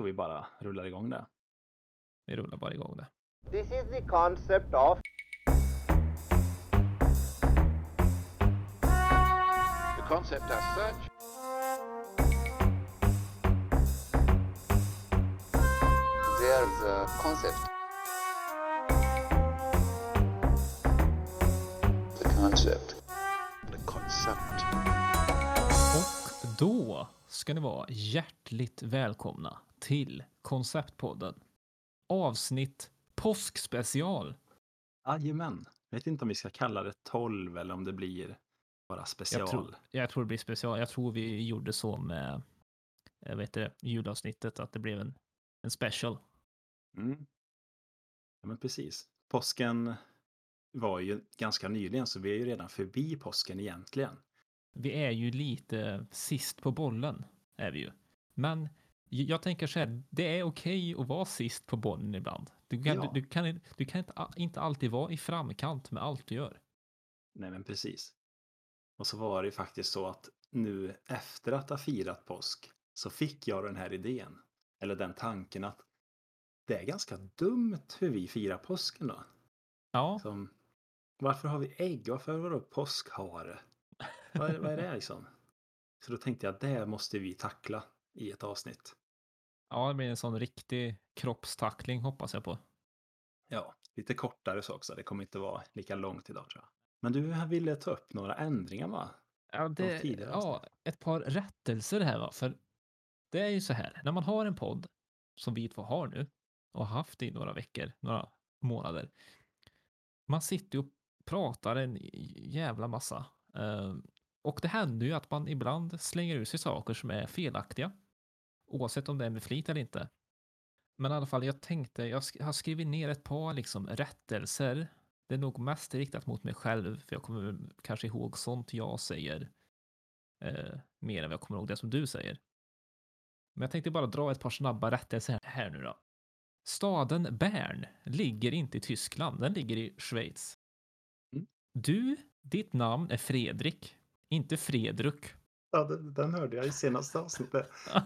Och vi bara rullar igång det. Vi rullar bara igång det. This is the concept of The concept as such there's a concept. the concept. The concept. Och då ska ni vara hjärtligt välkomna till Konceptpodden. Avsnitt påskspecial. Jajamän. Jag vet inte om vi ska kalla det 12 eller om det blir bara special. Jag tror det blir special. Jag tror vi gjorde så med julavsnittet, att det blev en special. Mm. Ja, men precis. Påsken var ju ganska nyligen, så vi är ju redan förbi påsken egentligen. Vi är ju lite sist på bollen, är vi ju. Men jag tänker så här, det är okej att vara sist på bollen ibland. Du kan inte alltid vara i framkant med allt du gör. Nej, men precis. Och så var det ju faktiskt så att nu efter att ha firat påsk så fick jag den här idén. Eller den tanken att det är ganska dumt hur vi firar påsken då. Ja, Varför har vi ägg? Varför har vi påskhare? Vad är det liksom? Så då tänkte jag att det måste vi tackla i ett avsnitt. ja, det blir en sån riktig kroppstackling, hoppas jag på. Ja, lite kortare så också. Det kommer inte vara lika långt idag, tror jag. Men du ville ta upp några ändringar, va? Ja, tidigare ett par rättelser här, va? För det är ju så här, när man har en podd som vi två har nu och har haft i några veckor, några månader. Man sitter ju och pratar en jävla massa. Och det händer ju att man ibland slänger ut sig saker som är felaktiga. Oavsett om det är med flit eller inte. Men i alla fall, jag har skrivit ner ett par liksom rättelser. Det är nog mest riktat mot mig själv, för jag kommer kanske ihåg sånt jag säger mer än vad jag kommer ihåg det som du säger. Men jag tänkte bara dra ett par snabba rättelser här nu då. Staden Bern ligger inte i Tyskland, den ligger i Schweiz. Mm. Ditt namn är Fredrik, inte Fredrik. Ja, den hörde jag i senaste avsnittet.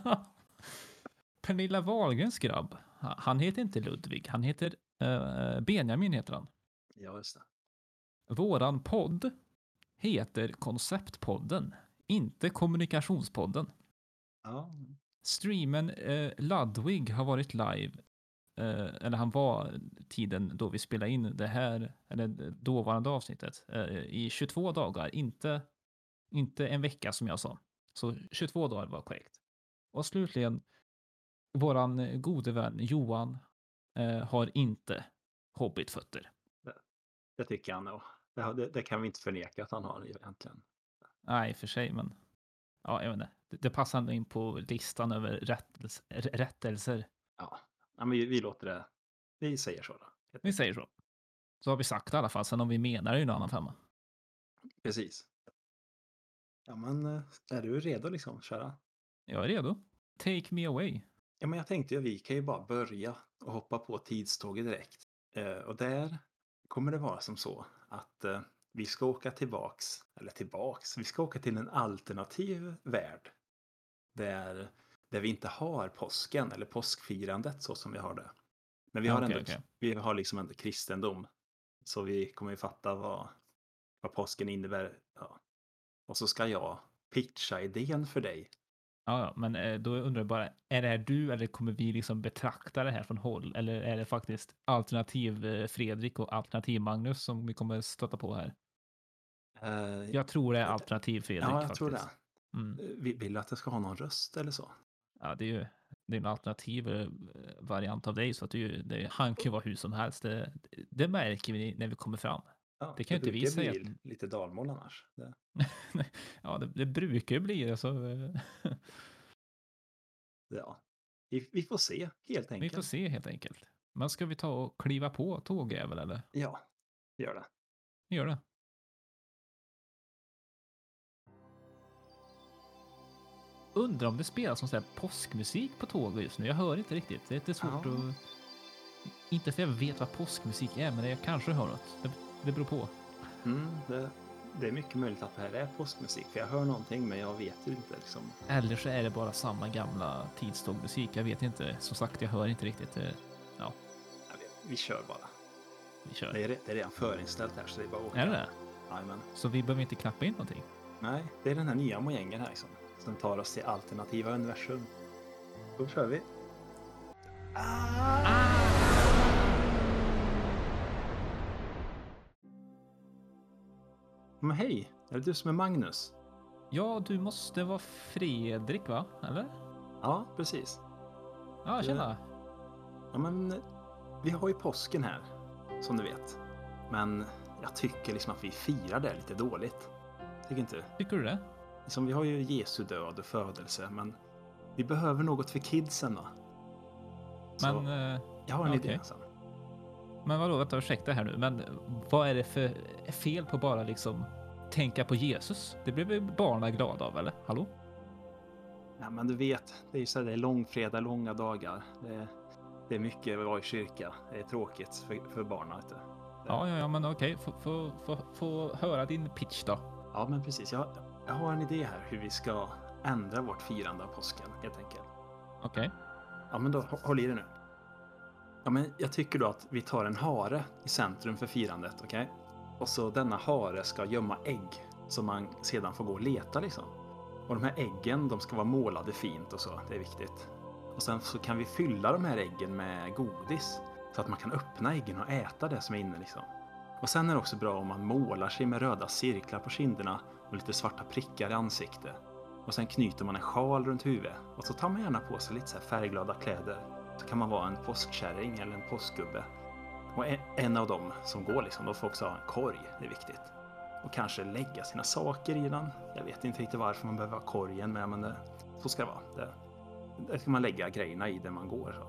Pernilla Wahlgrens grabb, han heter inte Ludvig, han heter Benjamin heter han. Ja, just det. Våran podd heter Konceptpodden, inte Kommunikationspodden. Ja. Streamen Ludwig har varit live, eller han var tiden då vi spelade in det här, eller dåvarande avsnittet, i 22 dagar, inte en vecka som jag sa. Så 22 dagar var korrekt. Och slutligen, våran gode vän Johan har inte hobbitfötter. Det tycker jag nog. Det kan vi inte förneka att han har egentligen. Nej, för sig, men ja, jag vet inte. Det passar ändå in på listan över rättelser. Ja, men vi låter det. Vi säger så då. Vi säger så. Så har vi sagt det i alla fall. Sen om vi menar det är ju en annan femma. Precis. Ja, men är du redo liksom, köra? Jag är redo. Take me away. Ja, men jag tänkte att vi kan ju bara börja och hoppa på tidståget direkt. Och där kommer det vara som så att vi ska åka vi ska åka till en alternativ värld. Där vi inte har påsken eller påskfirandet så som vi har det. Men vi har vi har liksom ändå kristendom. Så vi kommer ju fatta vad påsken innebär. Ja. Och så ska jag pitcha idén för dig. Ja, men då undrar jag bara, är det här du eller kommer vi liksom betrakta det här från håll? Eller är det faktiskt alternativ Fredrik och alternativ Magnus som vi kommer stöta på här? Jag tror det är alternativ Fredrik. Ja, jag faktiskt. tror det. Mm. Vill du att jag ska ha någon röst eller så? Ja, det är en alternativ variant av dig, så att han kan ju vara hur som helst. Det märker vi när vi kommer fram. Ja, det kan inte vi säga. Det blir lite dalmål annars. Ja, det brukar ju bli. Alltså. Ja, vi får se helt enkelt. Vi får se helt enkelt. Men ska vi ta och kliva på tågjävel eller? Ja, gör det. Gör det. Undrar om det spelas som sån här påskmusik på tåget just nu. Jag hör inte riktigt. Det är lite svårt att... Inte för jag vet vad påskmusik är, men jag kanske hör något. Det beror på. det är mycket möjligt att det här är påskmusik. För jag hör någonting, men jag vet ju inte liksom. Eller så är det bara samma gamla tidstågmusik. Jag vet inte. Som sagt, jag hör inte riktigt. Ja, Vi kör bara. vi kör. Det är redan förinställt här, så det är bara att åka. Är det det? Jajamän. Så vi behöver inte knappa in någonting? Nej, det är den här nya mojängen här liksom. Som tar oss till alternativa universum. Då kör vi. Men hej, är det du som är Magnus? Ja, du måste vara Fredrik, va? Eller? Ja, precis. Ja, tjena. Ja, men vi har ju påsken här, som du vet. Men jag tycker liksom att vi firar det lite dåligt. Tycker inte du? Tycker du det? Liksom, vi har ju Jesu död och födelse, men vi behöver något för kidsen va? Så Men, jag har en okej. idé sen. Men vadå, vänta, ursäkta här nu. Men vad är det för fel på bara liksom tänka på Jesus? Det blir väl barnen glada av, eller? Hallå? Ja, men du vet, det är ju så här, det är långfredag, långa dagar. Det är mycket att vara i kyrka. Det är tråkigt för barnen. Vet du. Ja, men okej. Få höra din pitch då. Ja, men precis. Jag har en idé här hur vi ska ändra vårt firande av påsken, helt enkelt. Okej. Ja, men då håll i det nu. Ja, men jag tycker då att vi tar en hare i centrum för firandet, okej? Och så denna hare ska gömma ägg som man sedan får gå och leta liksom. Och de här äggen, de ska vara målade fint och så, det är viktigt. Och sen så kan vi fylla de här äggen med godis så att man kan öppna äggen och äta det som är inne liksom. Och sen är det också bra om man målar sig med röda cirklar på kinderna och lite svarta prickar i ansiktet. Och sen knyter man en sjal runt huvudet och så tar man gärna på sig lite så här färgglada kläder. Så kan man vara en påskkärring eller en påskgubbe. Och en av dem som går liksom, då får också ha en korg, det är viktigt. Och kanske lägga sina saker i den. Jag vet inte riktigt varför man behöver ha korgen med, men så ska det vara. Där ska man lägga grejerna i där man går. Så.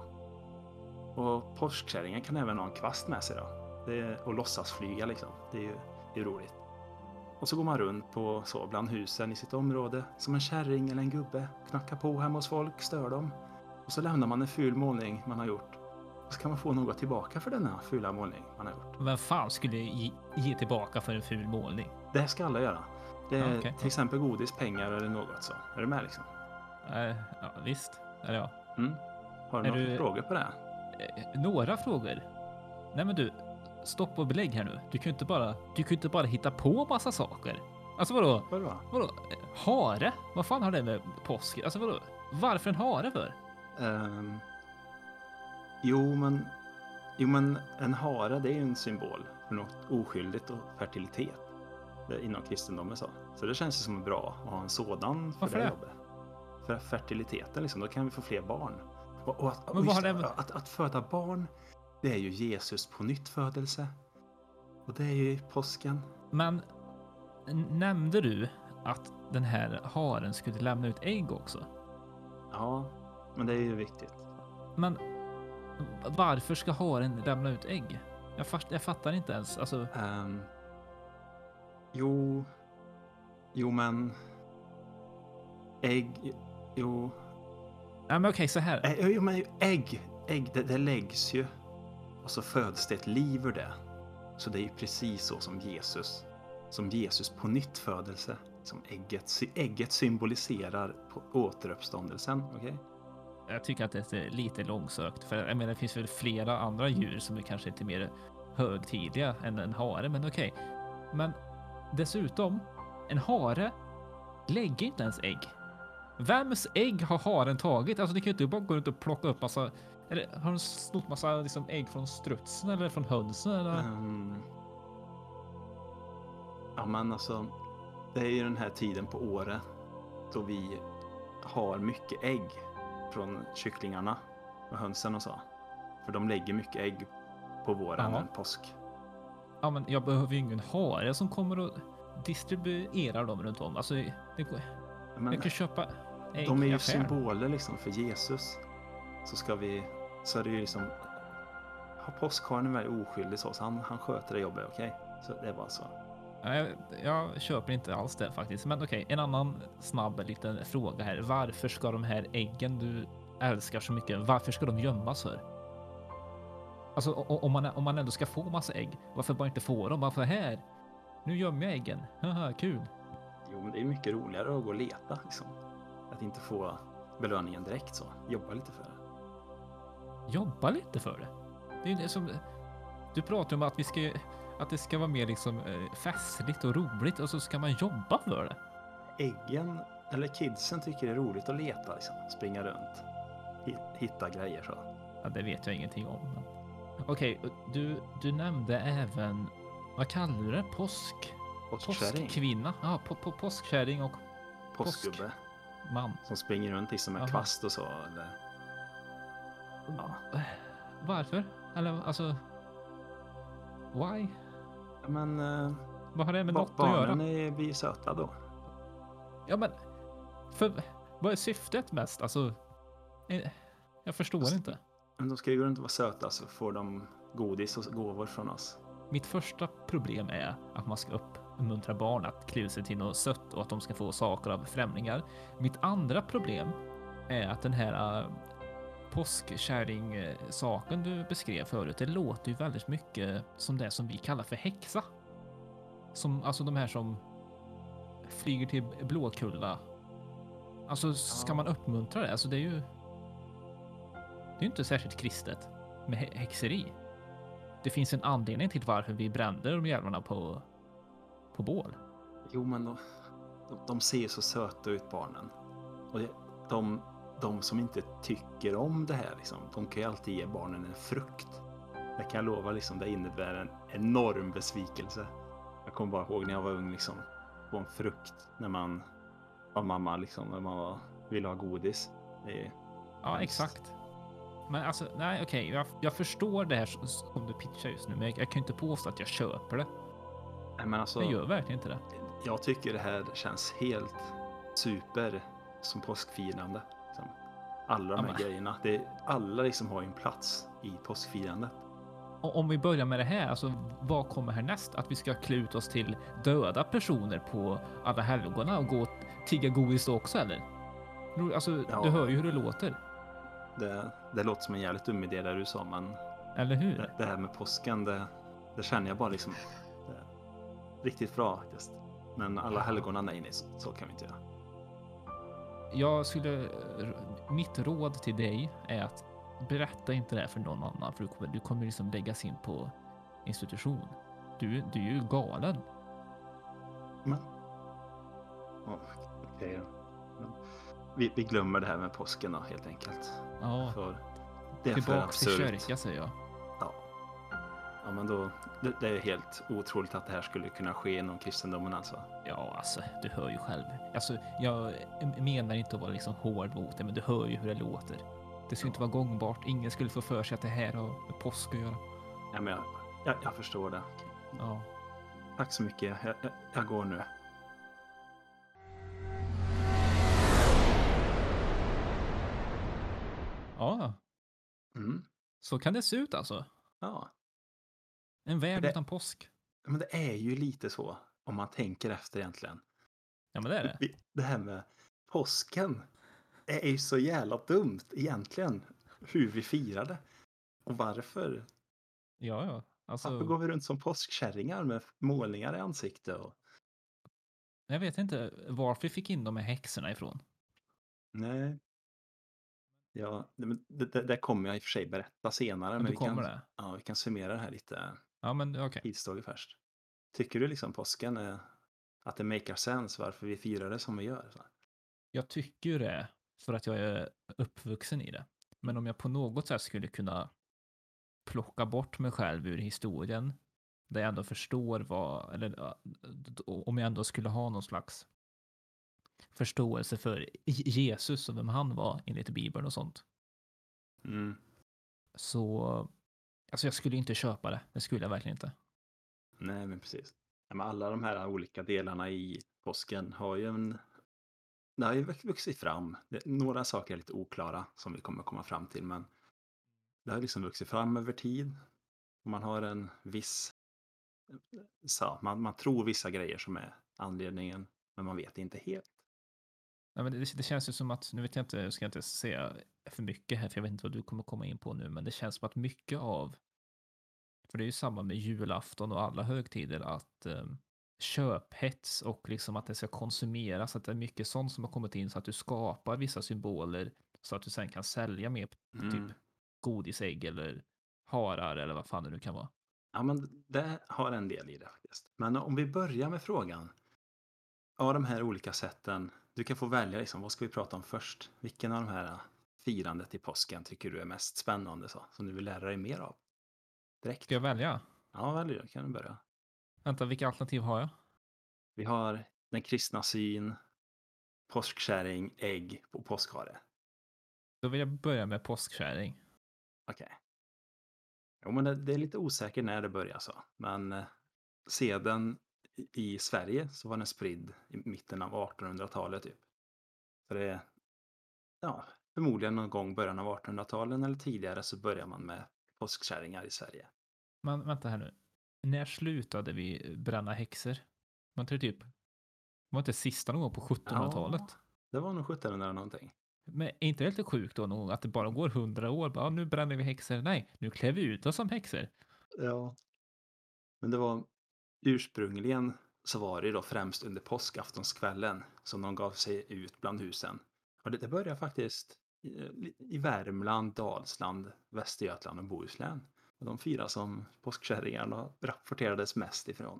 Och påskkärringen kan även ha en kvast med sig då. Och låtsas flyga liksom. Det är ju roligt. Och så går man runt på så bland husen i sitt område som en kärring eller en gubbe. Knackar på hemma hos folk, stör dem. Och så lämnar man en ful målning man har gjort. Och så kan man få något tillbaka för denna fula målning man har gjort. Vem fan skulle ge tillbaka för en ful målning? Det ska alla göra. Det är Okej. till exempel godis, pengar eller något så. Är du med liksom? Ja, visst. Eller ja. Har du Är några du- frågor på det här? Några frågor. Nej men du, stopp och belägg här nu. Du kan ju inte bara hitta på massa saker. Alltså vadå? Vadå? Hare? Vad fan har det med påsk? Alltså vadå? Varför en hare för? Jo, men en hare, det är ju en symbol för något oskyldigt och fertilitet. Det inom kristendomen så det känns ju som bra att ha en sådan för Varför det det? jobbet. För fertiliteten liksom, då kan vi få fler barn. Och Men vad har just det- att föda barn, det är ju Jesus på nytt födelse. Och det är ju påsken. Men nämnde du att den här haren skulle lämna ut ägg också? Ja, men det är ju viktigt. Men varför ska haren lämna ut ägg? Jag fattar inte ens. Alltså, Jo, men ägg, jo. nej men okej, så här. Jo, men ägg det läggs ju. Och så föds det ett liv ur det. Så det är ju precis så som Jesus på nytt födelse. Som ägget symboliserar på återuppståndelsen, okej? Jag tycker att det är lite långsökt. För jag menar, det finns väl flera andra djur som är kanske inte mer högtidliga än en hare, men okej. Men dessutom, en hare lägger inte ens ägg. Vems ägg har haren tagit? Alltså, det kan ju inte bara gå runt och plocka upp massa... Eller har de snott massa liksom, ägg från strutsen eller från hönsen? Eller? Ja, men alltså, det är ju den här tiden på året då vi har mycket ägg från kycklingarna och hönsen och så. För de lägger mycket ägg på våren Ja. än påsk. Ja, men jag behöver ju ingen hare som kommer och distribuerar dem runt om. Alltså, Men jag kan köpa ägg de är i ju affären. symboler liksom för Jesus. Så är det ju liksom, har påskharen väldigt oskyldig så han sköter det jobbet, okej? Så det är bara så. Jag köper inte alls det faktiskt. Men okej, en annan snabb liten fråga här. Varför ska de här äggen du älskar så mycket, varför ska de gömmas för? Alltså om man ändå ska få massa ägg, varför bara inte få dem? Varför här? Nu gömmer jag äggen. Haha, kul. Jo, men det är mycket roligare att gå och leta liksom. Att inte få belöningen direkt så. Jobba lite för det. Jobba lite för det. Det är det som... Du pratar om att att det ska vara mer liksom festligt och roligt och så ska man jobba för det. Äggen, eller kidsen tycker det är roligt att leta liksom. Springa runt. Hitta grejer så. Ja, det vet jag ingenting om. Men... Okej, du nämnde även... Vad kallar du det? Påskkärring. Påskkvinna? Ja, påskkärring och Påskgubbe. man. Som springer runt liksom med Aha. kvast och så. Eller... Ja. Varför? Eller alltså... Why? Men Vad har det med något att göra? barnen blir söta då. Ja, men... Vad är syftet mest? Alltså... Jag förstår inte. Men de ska ju gå runt och vara söta så får de godis och gåvor från oss. Mitt första problem är att man ska uppmuntra barn att klä sig till något sött och att de ska få saker av främlingar. Mitt andra problem är att den här påskkärring-saken du beskrev förut, det låter ju väldigt mycket som det som vi kallar för häxa. Alltså de här som flyger till Blåkulla. Alltså ska man uppmuntra det? Alltså det är ju inte särskilt kristet med häxeri. Det finns en anledning till varför vi brände de jävlarna på bål. Jo, men de ser ju så söta ut, barnen. Och de som inte tycker om det här, liksom, de kan ju alltid ge barnen en frukt. Det kan jag lova, liksom, det innebär en enorm besvikelse. Jag kommer bara ihåg när jag var ung, liksom, på en frukt när man var mamma, liksom, när man ville ha godis. Ja, exakt. Men alltså, nej, okej, jag förstår det här som du pitchar just nu, men jag kan ju inte påstå att jag köper det. Nej, men alltså, Jag gör verkligen inte det. jag tycker det här känns helt super som påskfirande. Liksom. Alla de här grejerna. Alla liksom har ju en plats i påskfirandet. Och om vi börjar med det här, alltså vad kommer härnäst? Att vi ska klä ut oss till döda personer på alla helgona och gå och tigga godis då också, eller? Alltså, Ja. Du hör ju hur det låter. Det låter som en jävligt dum idé där du sa, men Eller hur? det här med påsken, det känner jag bara liksom riktigt bra faktiskt. Men alla helgona, nej, så kan vi inte göra. Mitt råd till dig är att berätta inte det för någon annan, för du kommer liksom läggas in på institution. Du är ju galen. Men okej då. Men vi glömmer det här med påsken då, helt enkelt. Ja, För det är för tillbaks till absurt. kyrka, säger jag. Ja, men då, det är helt otroligt att det här skulle kunna ske inom kristendomen alltså. Ja, alltså, du hör ju själv. Alltså, jag menar inte att vara liksom hård mot det, men du hör ju hur det låter. Det skulle inte vara gångbart. Ingen skulle få för sig att det här har med påsk att göra. Ja, men jag förstår det. Ja. Tack så mycket. Jag går nu. Ja, Mm. så kan det se ut alltså. Ja, En värld Det- utan påsk. men det är ju lite så om man tänker efter egentligen. Ja, men det är det. Det här med påsken är ju så jävla dumt egentligen. Hur vi firade. Och varför? Ja. Alltså, Varför går vi runt som påskkärringar med målningar i ansiktet? jag vet inte varför vi fick in de här häxorna ifrån. Nej. Ja, det kommer jag i och för sig berätta senare. Men Men du kommer det? Ja, vi kan summera det här lite Ja, men okej. tidsdagar först. Tycker du liksom påsken är att det makar sense varför vi firar det som vi gör? Så? Jag tycker ju det för att jag är uppvuxen i det. Men om jag på något sätt skulle kunna plocka bort mig själv ur historien, där jag ändå förstår om jag ändå skulle ha någon slags förståelse för Jesus och vem han var enligt Bibeln och sånt. Mm. Så, alltså jag skulle inte köpa det. Det skulle jag verkligen inte. Nej, men precis. Ja, men alla de här olika delarna i påsken har ju det har ju vuxit fram. Några saker är lite oklara som vi kommer komma fram till, men det har liksom vuxit fram över tid. Man har en viss, man tror vissa grejer som är anledningen, men man vet inte helt. Ja, men det känns ju som att, nu vet jag inte, jag ska inte säga för mycket här, för jag vet inte vad du kommer komma in på nu, men det känns som att mycket av, för det är ju samma med julafton och alla högtider, att köphets och liksom att det ska konsumeras. Att det är mycket sånt som har kommit in så att du skapar vissa symboler så att du sen kan sälja mer typ godisägg eller harar eller vad fan det nu kan vara. Ja, men det har en del i det faktiskt. Men om vi börjar med frågan. Av de här olika sätten, du kan få välja liksom, vad ska vi prata om först? Vilken av de här firandet i påsken tycker du är mest spännande så, som du vill lära dig mer av? Direkt. Ska jag välja? Ja, välj det. Kan du börja. Vänta, vilka alternativ har jag? Vi har den kristna syn, påskkärring, ägg och påskhare. Då vill jag börja med påskkärring. Okej. Jo, men det är lite osäkert när det börjar så. Men seden i Sverige så var den spridd i mitten av 1800-talet typ. Så det är förmodligen någon gång början av 1800-talet eller tidigare så börjar man med påskkärringar i Sverige. Men vänta här nu. När slutade vi bränna häxor? Var inte det typ... Var inte sista någon gång på 1700-talet? Ja, det var nog 1700 eller någonting. Men är inte det lite sjukt då någon gång att det bara går 100 år? Bara, nu bränner vi häxor. Nej, nu klär vi ut oss som häxor. Ja. Men det var ursprungligen så var det då främst under påskaftonskvällen som de gav sig ut bland husen. Och det började faktiskt i Värmland, Dalsland, Västergötland och Bohuslän. Och de fyra som påskkärringarna rapporterades mest ifrån.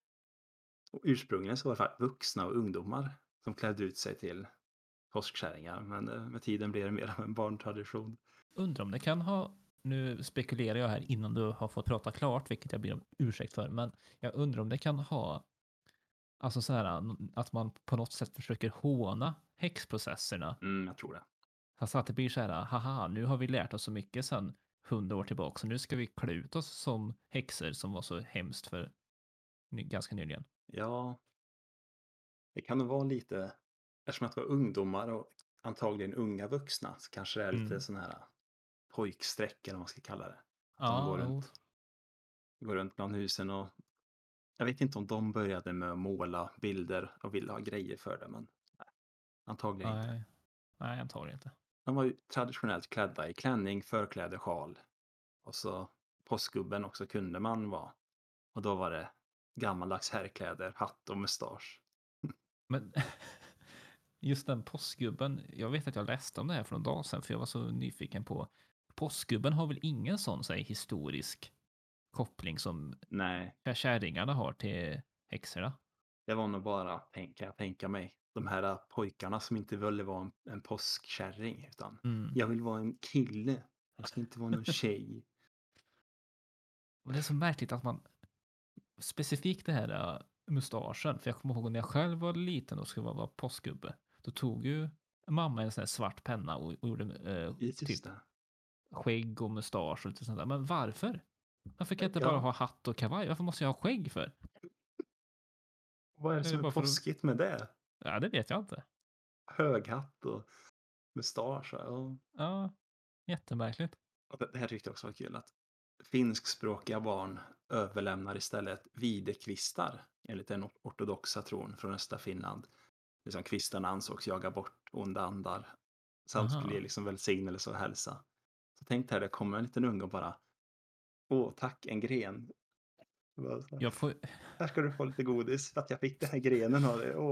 Och ursprungligen så var det faktiskt vuxna och ungdomar som klädde ut sig till påskkärringar. Men med tiden blev det mer av en barntradition. Undrar om det kan ha... Nu spekulerar jag här innan du har fått prata klart, vilket jag ber om ursäkt för. Men jag undrar om det kan ha... Alltså så här, att man på något sätt försöker håna häxprocesserna. Jag tror det. Alltså att det blir så här, haha, nu har vi lärt oss så mycket sedan 100 år tillbaka. Så nu ska vi klä ut oss som häxor som var så hemskt för ganska nyligen. Ja, det kan nog vara lite, eftersom att det var ungdomar och antagligen unga vuxna så kanske det är lite sån här pojksträck eller vad man ska kalla det. Att de går runt bland husen och jag vet inte om de började med att måla bilder och ville ha grejer för det, men nej, antagligen inte. Nej, antagligen inte. De var ju traditionellt klädda i klänning, förkläde, sjal. Och så påskgubben också kunde man vara. Och då var det gammaldags herrkläder, hatt och mustasch. Men just den påskgubben, jag vet att jag läste om det här för en dag sedan för jag var så nyfiken på. Påskgubben har väl ingen sån säg, historisk koppling som Nej, kärringarna har till häxorna? det var nog bara, kan jag tänka mig, de här pojkarna som inte ville vara en påskkärring utan jag vill vara en kille. Jag ska inte vara någon tjej. Och det är så märkligt att man specifikt det här mustaschen, för jag kommer ihåg när jag själv var liten och skulle vara påskgubbe, då tog ju mamma en sån här svart penna och gjorde typ skägg och mustasch och lite sånt där. Men varför? Varför kan jag inte bara ha hatt och kavaj? Varför måste jag ha skägg för? Vad är det som är påskigt med det? Ja, det vet jag inte. Hög hatt och mustasch. Ja, jättemärkligt. Det här tyckte jag också var kul att finskspråkiga barn överlämnar istället videkvistar enligt den ortodoxa tron från östra Finland. Liksom kvistarna ansågs jaga bort onda andar. Samt skulle ge liksom välsignelse och hälsa. Så tänk här, det kommer en liten unge och bara tack, en gren. Här ska du få lite godis för att jag fick den här grenen av det.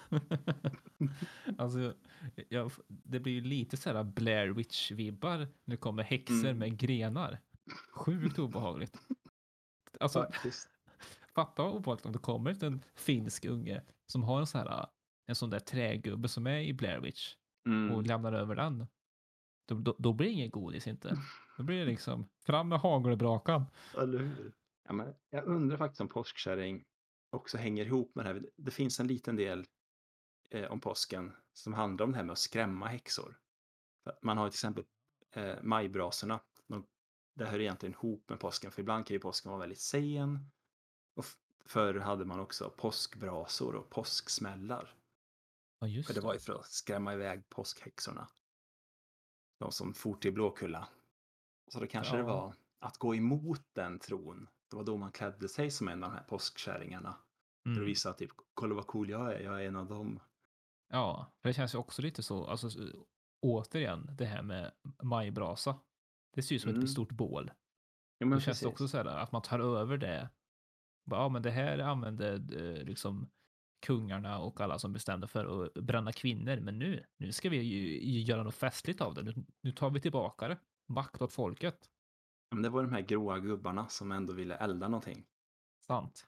Alltså, det blir ju lite så här Blair Witch-vibbar när det kommer häxor med grenar. Sjukt obehagligt. Alltså, fatta vad obehagligt om det kommer en finsk unge som har en sån där trägubbe som är i Blair Witch och lämnar över den. Då blir det ingen godis inte. Då blir det liksom fram med hagelbrakan. Eller hur? Ja, men jag undrar faktiskt om påskkärring också hänger ihop med det här. Det finns en liten del om påsken som handlar om det här med att skrämma häxor. Man har till exempel majbrasorna. Det hör egentligen ihop med påsken, för ibland kan ju påsken vara väldigt sen. Och förr hade man också påskbrasor och påsksmällar. Ja, just för det var ju för att skrämma iväg påskhäxorna. De som for till Blåkulla. Så det kanske det var att gå emot den tron. Det var då man klädde sig som en av de här påskkärringarna. För att visa typ, kolla vad cool jag är en av dem. Ja, för det känns ju också lite så, alltså återigen det här med majbrasa. Det ser ut som ett stort bål. Ja, då känns det också så här att man tar över det Ja, men det här använde liksom kungarna och alla som bestämde för att bränna kvinnor. Men nu ska vi ju göra något festligt av det. Nu tar vi tillbaka det. Makt åt folket. Men det var de här gråa gubbarna som ändå ville elda någonting. Sant.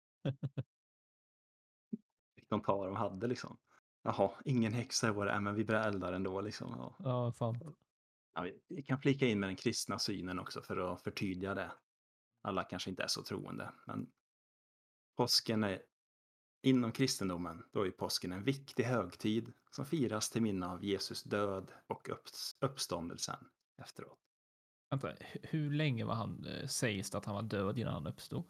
Fick de ta vad de hade liksom. Jaha, ingen häxa var det, men vi börjar elda ändå liksom. Ja. Ja, sant. Ja, vi kan flika in med den kristna synen också för att förtydliga det. Alla kanske inte är så troende, men påsken är inom kristendomen, då är påsken en viktig högtid som firas till minne av Jesus död och uppståndelsen efteråt. Vänta, hur länge var han, sägs det att han var död innan han uppstod?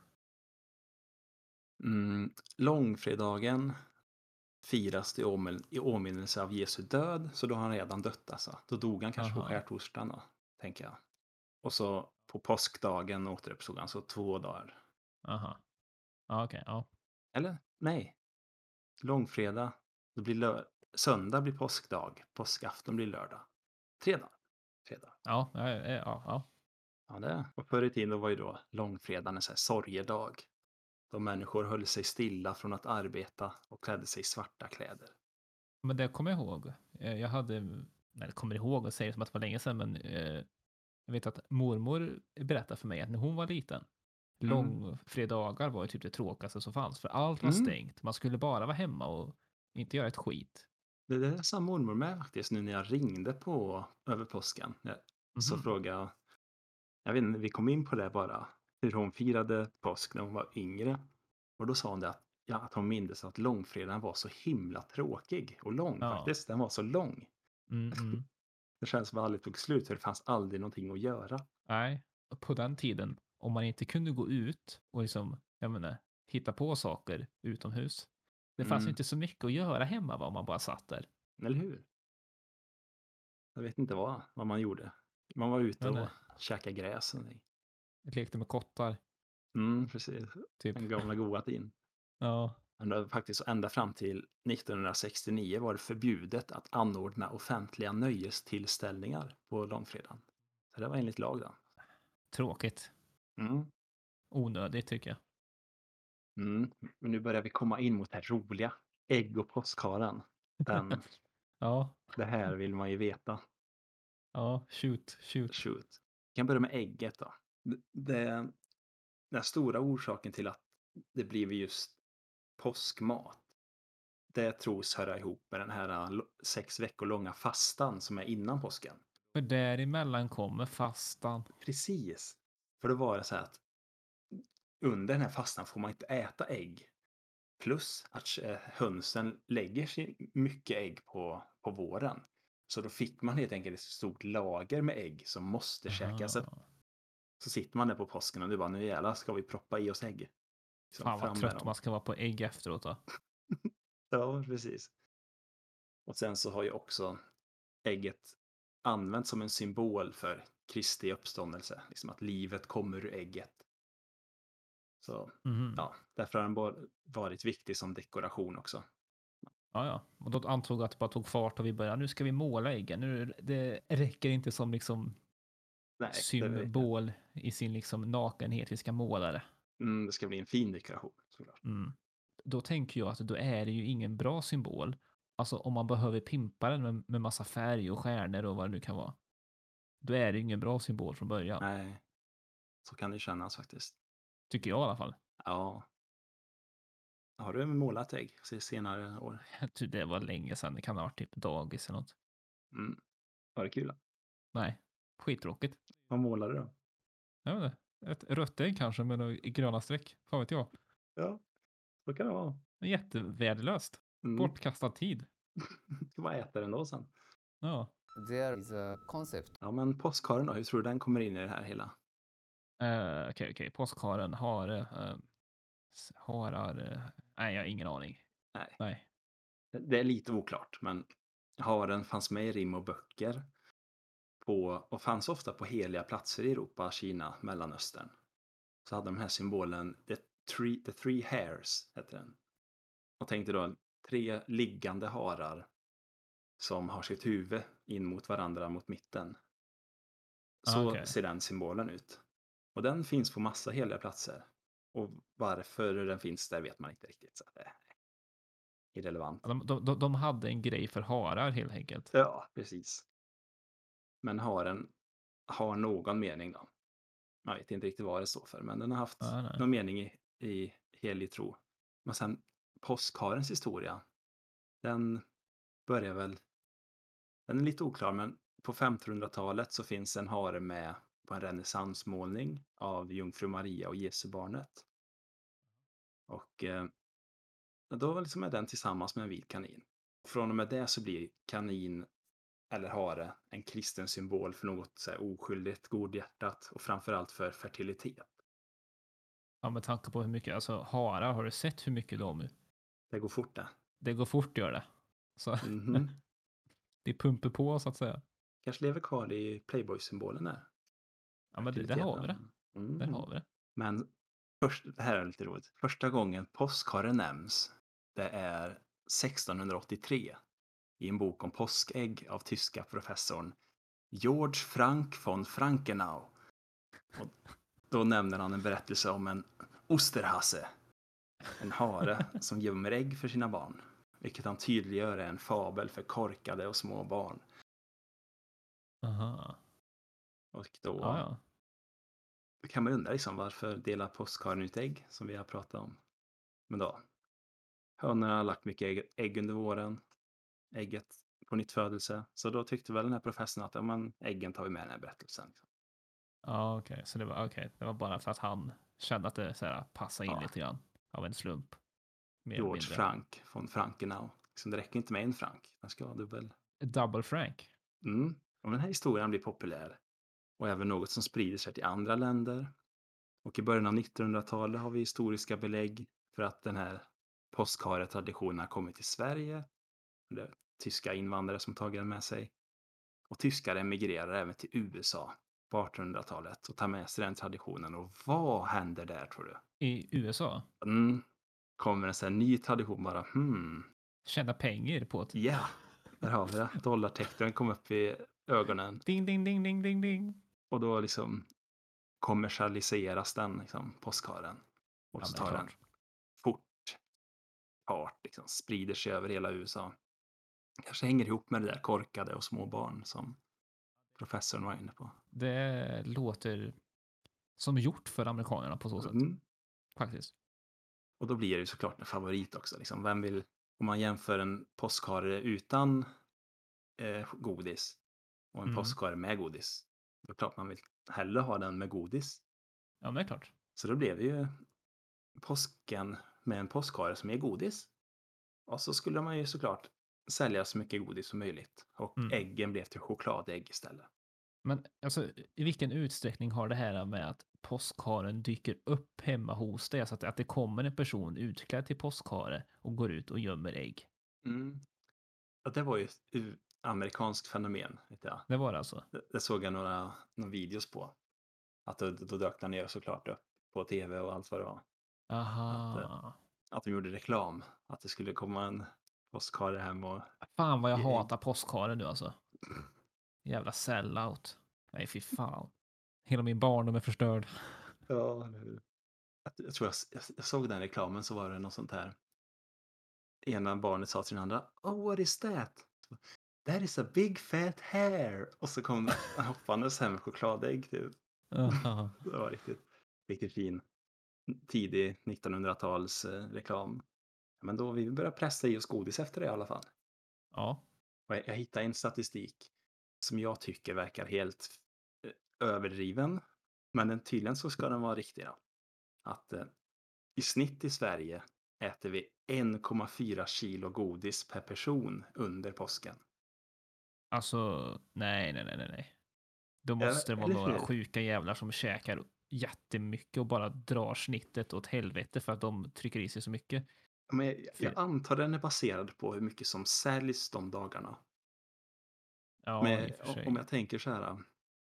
Långfredagen firas i åminnelse av Jesu död, så då har han redan dött alltså. Då dog han kanske på Aha. skärtorsdagen då, tänker jag. Och så på påskdagen återuppstod han, så 2 dagar. Aha. Ja, okej. Ja. Eller? Nej. Långfredag, då blir söndag blir påskdag, påskafton blir lördag. 3 dagar. 3 dagar. Ja, ja. Ja, det. Och förr i tiden var ju då långfredagen en sån här sorgedag. Då människor höll sig stilla från att arbeta och klädde sig i svarta kläder. Men det kommer jag ihåg. Jag hade, nej, kommer ihåg och säger som att det var länge sedan, men jag vet att mormor berättade för mig att när hon var liten, långfredagar var ju typ det tråkigaste som fanns, för allt var stängt. Man skulle bara vara hemma och inte göra ett skit. Det där sa mormor med faktiskt nu när jag ringde på över påsken. Så frågade jag vet inte, vi kom in på det bara, hur hon firade påsk när hon var yngre. Och då sa hon det att hon mindes att långfredagen var så himla tråkig och lång faktiskt. Den var så lång. Det känns som att aldrig tog slut, för det fanns aldrig någonting att göra. Nej, på den tiden, om man inte kunde gå ut och liksom, jag menar, hitta på saker utomhus. Det fanns ju inte så mycket att göra hemma, om man bara satt där. Eller hur? Jag vet inte vad man gjorde. Man var ute och käkade gräs. Jag lekte med kottar. Precis. Typ. Den gamla goda tiden. Ja. Men faktiskt ända fram till 1969 var det förbjudet att anordna offentliga nöjestillställningar på långfredagen. Så det var enligt lag då. Tråkigt. Onödigt tycker jag. Men nu börjar vi komma in mot det här roliga. Ägg och påskharen. Ja. Det här vill man ju veta. Ja, shoot. Vi kan börja med ägget då. Den stora orsaken till att det blir just påskmat, det tros höra ihop med den här 6 veckor långa fastan som är innan påsken. För däremellan kommer fastan. Precis. För då var det så här att under den här fastan får man inte äta ägg. Plus att hönsen lägger sig mycket ägg på våren. Så då fick man helt enkelt ett stort lager med ägg som måste käkas upp. Så sitter man där på påsken och du bara, nu jävlar ska vi proppa i oss ägg. Fan vad trött man ska vara på ägg efteråt då. Ja, precis. Och sen så har ju också ägget använts som en symbol för Kristi uppståndelse. Liksom att livet kommer ur ägget. Så ja, därför har den varit viktig som dekoration också. Ja. Och då antog att det bara tog fart och vi började, nu ska vi måla äggen. Det räcker inte som liksom symbol i sin liksom nakenhet, vi ska måla det. Det ska bli en fin dekoration, såklart. Då tänker jag att då är det ju ingen bra symbol. Alltså om man behöver pimpa den med massa färg och stjärnor och vad det nu kan vara. Då är det ingen bra symbol från början. Nej, så kan det kännas faktiskt. Tycker jag i alla fall. Ja. Har du målat ägg senare år? Det var länge sedan. Det kan ha varit typ dagis eller något. Var det kul då? Nej, skittråkigt. Vad målade du då? Jag vet inte. Ett rött ägg kanske med några gröna streck. Vad vet jag. Ja, så kan det vara. Jättevärdelöst. Bortkastad tid. Ska bara äta den då sen. Ja. There is a concept. Ja, men påskharen då? Hur tror du den kommer in i det här hela? Okej. Påskharen har... nej, jag har ingen aning. Nej. Det är lite oklart, men haren fanns med i rim och böcker och fanns ofta på heliga platser i Europa, Kina, Mellanöstern. Så hade de här symbolen the three hairs, heter den. Och tänkte då 3 liggande harar som har sitt huvud in mot varandra mot mitten. Så ser den symbolen ut. Och den finns på massa heliga platser. Och varför den finns där vet man inte riktigt. Så det är irrelevant. De hade en grej för harar helt enkelt. Ja, precis. Men har någon mening då. Jag vet inte riktigt vad det står för, men den har haft Nej. någon mening i helig tro. Men sen påskharens historia, den börjar väl, den är lite oklar, men på 1500-talet så finns en hare med på en renässansmålning av Jungfru Maria och Jesu barnet. Och då liksom är den tillsammans med en vit kanin. Från och med det så blir kanin eller hare en kristen symbol för något så här oskyldigt, godhjärtat och framförallt för fertilitet. Ja, med tanke på hur mycket, alltså harar, har du sett hur mycket de, Det går fort det. det går fort gör det. Så Mhm. det pumpar på så att säga. Kanske lever kvar i Playboy-symbolen där. Ja, men det har vi det. Mhm. Där har vi det. Men det här är lite roligt. Första gången påskharen nämns, det är 1683 i en bok om påskägg av tyska professorn George Frank von Frankenau. Och då nämner han en berättelse om en Osterhasse, en hare som gömmer ägg för sina barn, vilket han tydliggör är en fabel för korkade och små barn. Aha. Och då Ja. kan man undra liksom, varför delar påskharen ut ägg, som vi har pratat om. Men då, hönorna har lagt mycket ägg under våren, ägget på nytt födelse, så då tyckte väl den här professorn att ja, men äggen tar vi med i den här berättelsen. Ja, okej. Så det var det var bara för att han kände att det så här, passade in Ja. lite grann av en slump. Mer eller George mindre. Frank von Frankenau. Liksom, det räcker inte med en Frank, den ska vara dubbel. Double Frank. Och den här historien blir populär och även något som sprider sig till andra länder. Och i början av 1900-talet har vi historiska belägg för att den här påskharetraditionen har kommit till Sverige. Det är tyska invandrare som tagit den med sig. Och tyskar emigrerar även till USA på 1800-talet och tar med sig den traditionen. Och vad händer där, tror du? I USA. Kommer en sån här ny tradition bara, Tjäna pengar på det. ja, där har vi det. Dollartecknen kom upp i ögonen. Ding, ding, ding, ding, ding, ding. Och då liksom kommersialiseras den, liksom, påskharen. Och Ja, så men tar den klart. fort fart, liksom, sprider sig över hela USA. Kanske hänger ihop med det där korkade och små barn som professorn var inne på. Det låter som gjort för amerikanerna på så sätt. Faktiskt. Och då blir det ju såklart en favorit också. Liksom. Vem vill, om man jämför en påskhare utan godis och en påskhare med godis, då är det klart man vill hellre ha den med godis. Ja, men det är klart. Så då blev det ju påsken med en påskhare som är godis. Och så skulle man ju såklart sälja så mycket godis som möjligt. Och äggen blev till chokladägg istället. Men alltså, i vilken utsträckning har det här med att påskharen dyker upp hemma hos dig? Alltså att det kommer en person utklädd till påskhare och går ut och gömmer ägg. Ja, det var ju ett amerikanskt fenomen. Vet jag. Det var det alltså? Det såg jag några videos på. Att då dök den ner såklart upp på tv och allt vad det var. Aha. Att de gjorde reklam. Att det skulle komma en påskhare hem och... Fan vad jag hatar påskharen nu alltså. Jävla sellout. Nej, fy fan. Hela min barndom är förstörd. Ja, jag tror jag såg den reklamen, så var det något sånt här. Ena barnet sa till den andra, oh, what is that? That is a big fat hair. Och så kom den hoppandes hem med chokladägg typ. Det var riktigt fin tidig 1900-tals reklam. Men då vi började pressa i oss godis efter det i alla fall. Ja. Och jag hittade en statistik som jag tycker verkar helt överdriven. Men tydligen så ska den vara riktig då. Att i snitt i Sverige äter vi 1,4 kilo godis per person under påsken. Alltså, nej. Då måste det vara några sjuka jävlar som käkar jättemycket och bara drar snittet åt helvete för att de trycker i sig så mycket. Men jag antar den är baserad på hur mycket som säljs de dagarna. Ja, men i och för sig. Om jag tänker så här.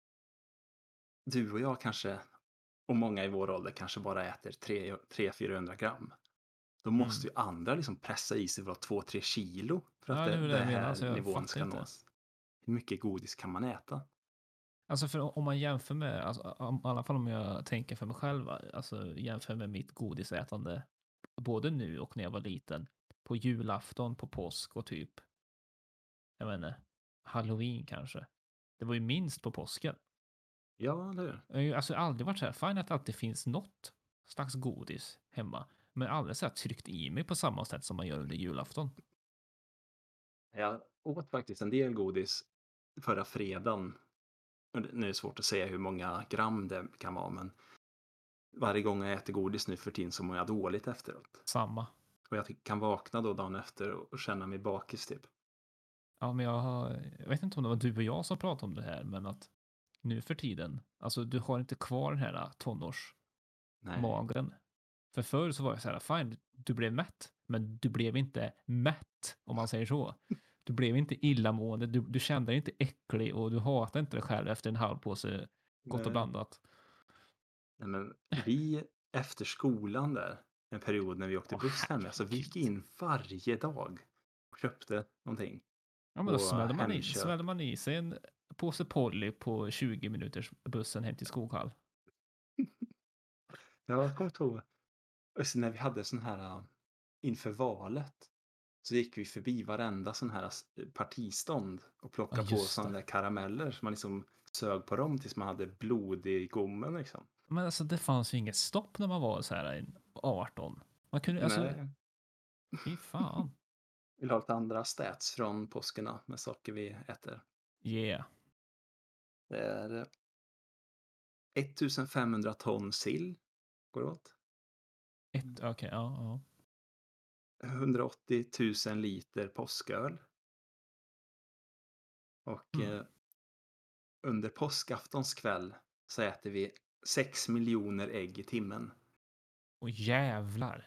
Du och jag kanske, och många i vår ålder kanske bara äter 300-400 gram. Då måste ju andra liksom pressa i sig 2-3 kilo för att det här nivån ska nås. Hur mycket godis kan man äta? Alltså för om man jämför med, alltså, i alla fall om jag tänker för mig själv, alltså jämför med mitt godisätande både nu och när jag var liten, på julafton, på påsk och typ, jag vet inte, halloween kanske. Det var ju minst på påsken. Ja, eller hur? Jag har ju alltså aldrig varit så här, fine att det alltid finns något slags godis hemma, men aldrig så här tryckt i mig på samma sätt som man gör under julafton. Jag åt faktiskt en del godis förra fredagen. Och nu är det svårt att säga hur många gram det kan vara, men varje gång jag äter godis nu för tiden så mår jag dåligt efteråt. Samma. Och jag kan vakna då dagen efter och känna mig bakis typ. Ja, men jag vet inte om det var du och jag som pratade om det här, men att nu för tiden, alltså du har inte kvar den här Nej. tonårsmagren. För förr så var jag så här, fine, du blev mätt, men du blev inte mätt, om man säger så. Du blev inte illamående, du kände dig inte äcklig och du hatade inte dig själv efter en halv påse gott och Nej. blandat. Nej, men vi efter skolan där, en period när vi åkte Åh, buss hem, alltså vi gick in varje dag och köpte någonting. Ja, men då Och smällde man i sig en påse Polly på 20 minuters bussen hem till Skoghall. Jag kommer ihåg, och sen när vi hade sån här inför valet så gick vi förbi varenda sån här partistånd och plockade Ja, på just såna det. där karameller så man liksom sög på dem tills man hade blod i gommen liksom. Men alltså det fanns ju inget stopp när man var så här 18. Man kunde, alltså, Nej, fy fan. vill ha lite andra stats från påskerna med saker vi äter. Yeah. Det är 1500 ton sill går åt. Okej, ja. 180 000 liter påsköl. Och under påskaftons kväll så äter vi 6 miljoner ägg i timmen. Och jävlar.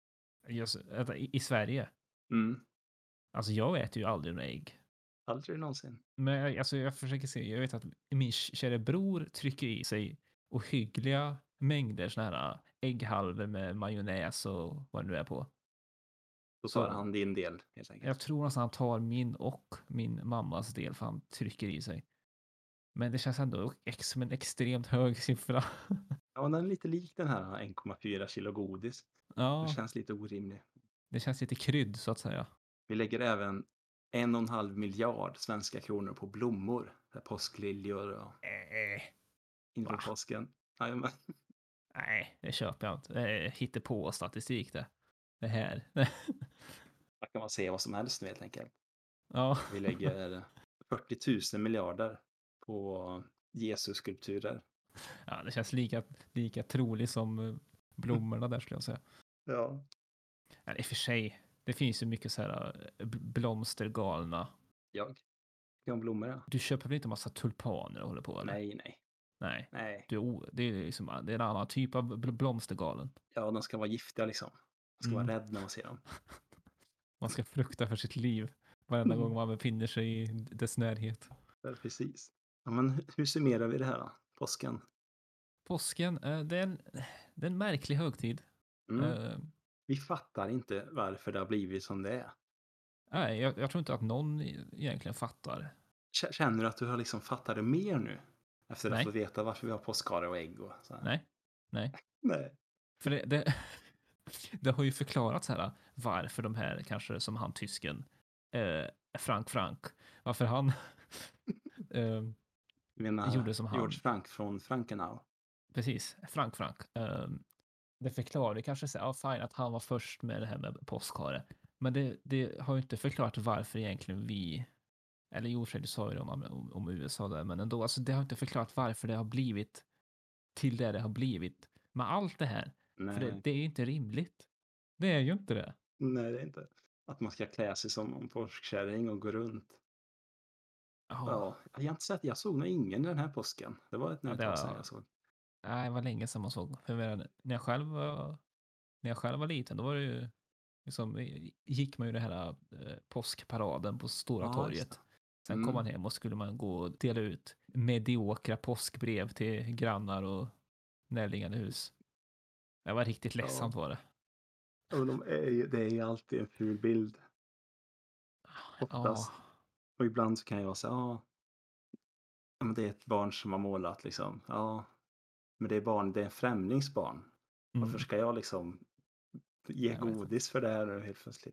I Sverige. Mm. Alltså jag äter ju aldrig några ägg. Aldrig någonsin. Men alltså jag försöker se, jag vet att min kära bror trycker i sig ohyggliga mängder såna här ägghalvor med majonnäs och vad det nu är på. Då Så- tar han din del helt enkelt. Jag tror att han tar min och min mammas del för han trycker i sig. Men det känns ändå som en extremt hög siffra. Ja, den är lite lik den här 1,4 kilo godis. Det Ja, känns lite orimligt. det känns lite krydd så att säga. Vi lägger även 1,5 miljard svenska kronor på blommor. Där påskliljor och inför Va? påsken. Jajamän. Nej, det köper jag inte. Det är hittepå statistik det. Det här. Där kan man se vad som helst nu helt enkelt. Ja. Vi lägger 40 000 miljarder på Jesus-skulpturer. Ja, det känns lika troligt som blommorna där skulle jag säga. Ja. Ja, i och för sig, det finns ju mycket så här blomstergalna. Jag tycker om blommor, ja. Du köper väl inte massa tulpaner och håller på eller? Nej. Nej. Det är liksom, det är en annan typ av blomstergalen. Ja, de ska vara giftiga liksom. Man ska vara Mm. rädd när man ser dem. Man ska frukta för sitt liv varenda gång man befinner sig i dess närhet. Ja, precis. Ja, men hur summerar vi det här då? Påsken? Påsken, det är en märklig högtid. Mm. Vi fattar inte varför det har blivit som det är. Nej, jag tror inte att någon egentligen fattar. Känner du att du har liksom fattat det mer nu? Efter att Nej. ha fått veta varför vi har påskhare och ägg och så här. Nej. Nej. För det har ju förklarats här varför de här, kanske som han tysken, Frank, varför han Jag menar, gjorde som han. George Frank från Frankenau. Precis, Frank. Det förklarar kanske så här, fine att han var först med det här med påskhare. Men det har ju inte förklarat varför egentligen vi, eller jo, du sa ju det om USA där, men ändå, alltså det har inte förklarat varför det har blivit till det har blivit med allt det här. Nej. För det är ju inte rimligt. Det är ju inte det. Nej, det är inte. Att man ska klä sig som en påskkärring och gå runt. Ja, jag har inte sett, jag såg nog ingen den här påsken. Det var ett tag sedan jag såg. Nej, det var länge sedan man såg. För när jag själv var liten, då var det ju liksom, gick man ju det här påskparaden på Stora torget. Sen kom man hem och skulle man gå och dela ut mediokra påskbrev till grannar och närliggande hus. Det var riktigt ledsamt var det. Och det är ju alltid en ful bild. Oftast. Och ibland så kan jag säga, Ja, men det är ett barn som har målat liksom. Ja, men det är en främlingsbarn. Varför ska jag liksom ge Jag vet inte. godis för det här nu helt plötsligt?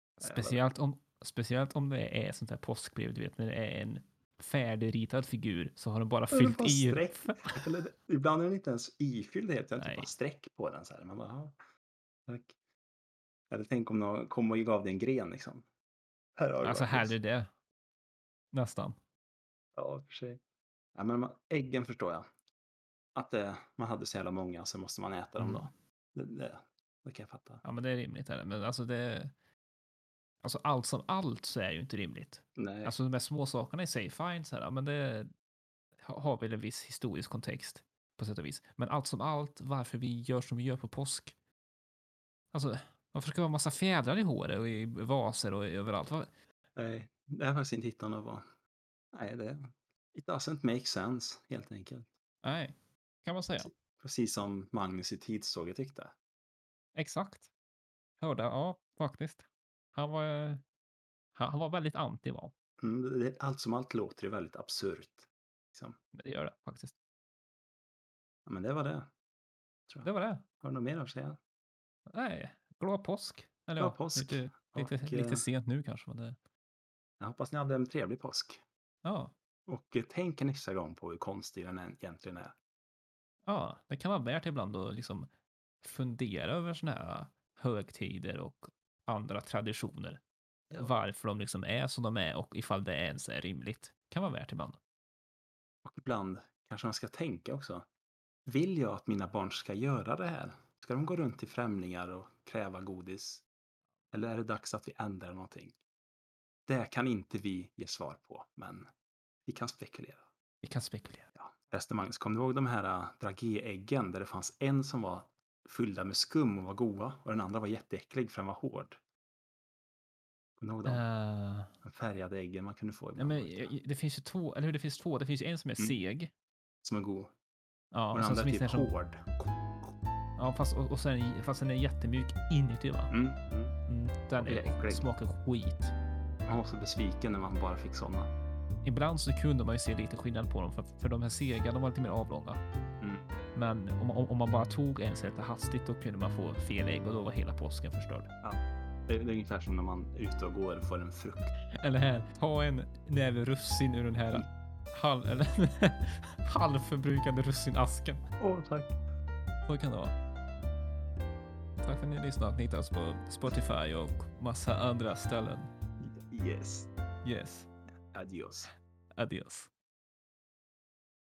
Speciellt om det är sånt här påskbrev, du vet, när det är en färdigritad figur så har de bara Ja, det är fyllt bara i. streck. Eller, ibland är den inte ens ifylld helt. Det är typ Nej. bara streck på den så här. Man bara, ja, tack. Eller tänk om någon kom och gav dig en gren liksom. Här har du Alltså bara hellre det. Nästan. Ja, för sig. Ja, men äggen förstår jag. Att man hade så jävla många så måste man äta dem då. Det kan jag fatta. Ja, men det är rimligt. Är det. Men alltså det... Alltså allt som allt så är ju inte rimligt. Nej. Alltså de här små sakerna i sig, fine, så här, men det har väl en viss historisk kontext på sätt och vis. Men allt som allt, varför vi gör som vi gör på påsk. Alltså, varför ska det vara massa fjädrar i håret och i vaser och överallt? Nej, det har jag faktiskt inte hittat något. Nej, it doesn't make sense helt enkelt. Nej, kan man säga. Precis som Magnus i Tidståget tyckte. Exakt. Hörde, ja, faktiskt. Han var väldigt anti, va? Allt som allt låter det väldigt absurt. Liksom. Men det gör det faktiskt. Ja, men det var det. Tror jag. Det var det. Har du något mer att säga? Nej, glad påsk. Eller Glad ja, påsk. lite sent nu kanske. Men det... Jag hoppas ni hade en trevlig påsk. Ja. Och tänk nästa gång på hur konstig den egentligen är. Ja, det kan vara värt ibland att liksom fundera över såna här högtider och andra traditioner. Ja. Varför de liksom är som de är och ifall det ens är rimligt. Kan vara värt ibland. Och ibland kanske man ska tänka också. Vill jag att mina barn ska göra det här? Ska de gå runt till främlingar och kräva godis? Eller är det dags att vi ändrar någonting? Det kan inte vi ge svar på, men vi kan spekulera. Vi kan spekulera. Ja. Förresten Magnus, kommer du ihåg de här dragéäggen där det fanns en som var fyllda med skum och var goda och den andra var jätteäcklig för den var hård? Kommer du ihåg dem? De färgade äggen man kunde få Nej, ibland. men det finns ju två, eller hur? Det finns två. Det finns ju en som är seg. Som är god. Ja, Och den sen andra är finns typ det som, hård. ja, fast den är jättemjuk inuti, va? Den Och äcklig. smakar skit. Man var så besviken när man bara fick sådana. Ibland så kunde man ju se lite skillnad på dem, för de här sega, de var lite mer avlånga. Men om man bara tog en så lite hastigt, då kunde man få fel ägg och då var hela påsken förstörd. Ja. Det är ungefär som när man är ute och går och får en frukt. Eller här, ta en näve russin ur den här halvförbrukade russinasken. Tack. Så kan det vara. Tack för att ni har lyssnat. Ni hittar oss på Spotify och massa andra ställen. Yes. Yes. Adios. Adios.